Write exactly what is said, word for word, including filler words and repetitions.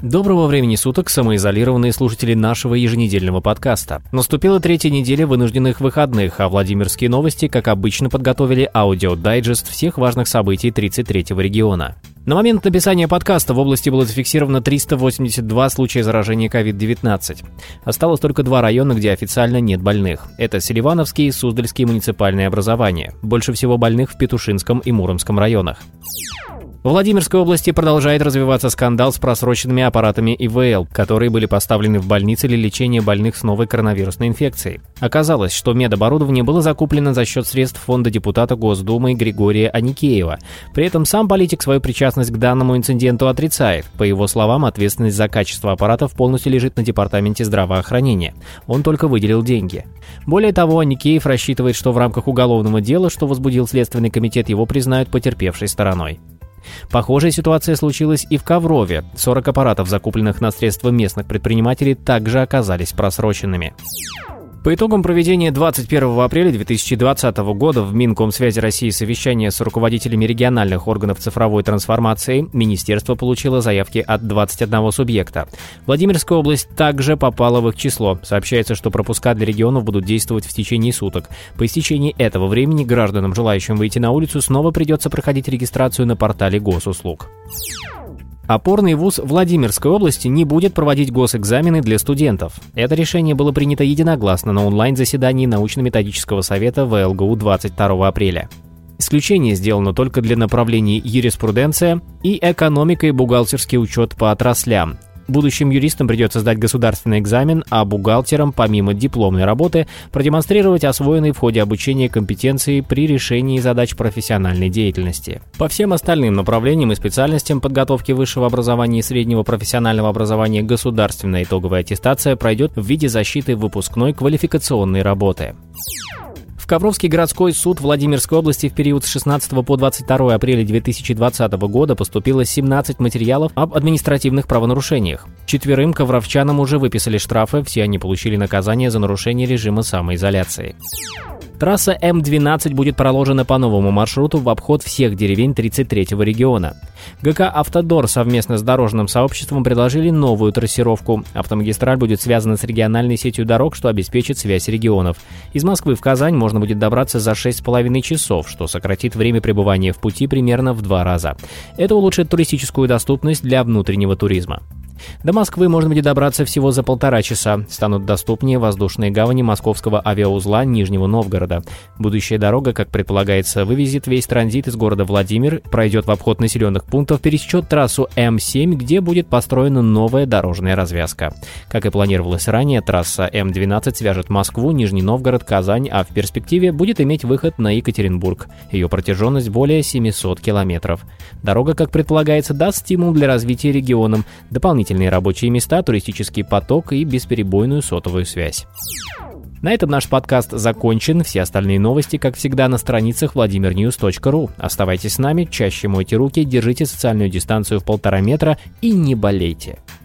Доброго времени суток, самоизолированные слушатели нашего еженедельного подкаста. Наступила третья неделя вынужденных выходных, а Владимирские новости, как обычно, подготовили аудиодайджест всех важных событий тридцать третьего региона. На момент написания подкаста в области было зафиксировано триста восемьдесят два случая заражения ковид девятнадцать. Осталось только два района, где официально нет больных. Это Селивановские и Суздальские муниципальные образования. Больше всего больных в Петушинском и Муромском районах. В Владимирской области продолжает развиваться скандал с просроченными аппаратами И В Л, которые были поставлены в больницы для лечения больных с новой коронавирусной инфекцией. Оказалось, что медоборудование было закуплено за счет средств фонда депутата Госдумы Григория Аникеева. При этом сам политик свою причастность к данному инциденту отрицает. По его словам, ответственность за качество аппаратов полностью лежит на департаменте здравоохранения. Он только выделил деньги. Более того, Аникеев рассчитывает, что в рамках уголовного дела, что возбудил Следственный комитет, его признают потерпевшей стороной. Похожая ситуация случилась и в Коврове. сорок аппаратов, закупленных на средства местных предпринимателей, также оказались просроченными. По итогам проведения двадцать первого апреля две тысячи двадцатого года в Минкомсвязи России совещания с руководителями региональных органов цифровой трансформации министерство получило заявки от двадцати одного субъекта. Владимирская область также попала в их число. Сообщается, что пропуска для регионов будут действовать в течение суток. По истечении этого времени гражданам, желающим выйти на улицу, снова придется проходить регистрацию на портале госуслуг. Опорный вуз Владимирской области не будет проводить госэкзамены для студентов. Это решение было принято единогласно на онлайн-заседании научно-методического совета В Л Г У двадцать второго апреля. Исключение сделано только для направлений юриспруденция и экономика и бухгалтерский учет по отраслям. Будущим юристам придется сдать государственный экзамен, а бухгалтерам, помимо дипломной работы, продемонстрировать освоенные в ходе обучения компетенции при решении задач профессиональной деятельности. По всем остальным направлениям и специальностям подготовки высшего образования и среднего профессионального образования государственная итоговая аттестация пройдет в виде защиты выпускной квалификационной работы. В Ковровский городской суд Владимирской области в период с шестнадцатого по двадцать второе апреля две тысячи двадцатого года поступило семнадцать материалов об административных правонарушениях. Четверым ковровчанам уже выписали штрафы, все они получили наказание за нарушение режима самоизоляции. Трасса М двенадцать будет проложена по новому маршруту в обход всех деревень тридцать третьего региона. Г К «Автодор» совместно с дорожным сообществом предложили новую трассировку. Автомагистраль будет связана с региональной сетью дорог, что обеспечит связь регионов. Из Москвы в Казань можно будет добраться за шесть с половиной часов, что сократит время пребывания в пути примерно в два раза. Это улучшит туристическую доступность для внутреннего туризма. До Москвы можно будет добраться всего за полтора часа. Станут доступнее воздушные гавани московского авиаузла Нижнего Новгорода. Будущая дорога, как предполагается, вывезет весь транзит из города Владимир, пройдет в обход населенных пунктов, пересечет трассу М семь, где будет построена новая дорожная развязка. Как и планировалось ранее, трасса М двенадцать свяжет Москву, Нижний Новгород, Казань, а в перспективе будет иметь выход на Екатеринбург. Ее протяженность более семисот километров. Дорога, как предполагается, даст стимул для развития регионам, дополнительные рабочие места, туристический поток и бесперебойную сотовую связь. На этом наш подкаст закончен. Все остальные новости, как всегда, на страницах владимир ньюс точка ру. Оставайтесь с нами, чаще мойте руки, держите социальную дистанцию в полтора метра и не болейте.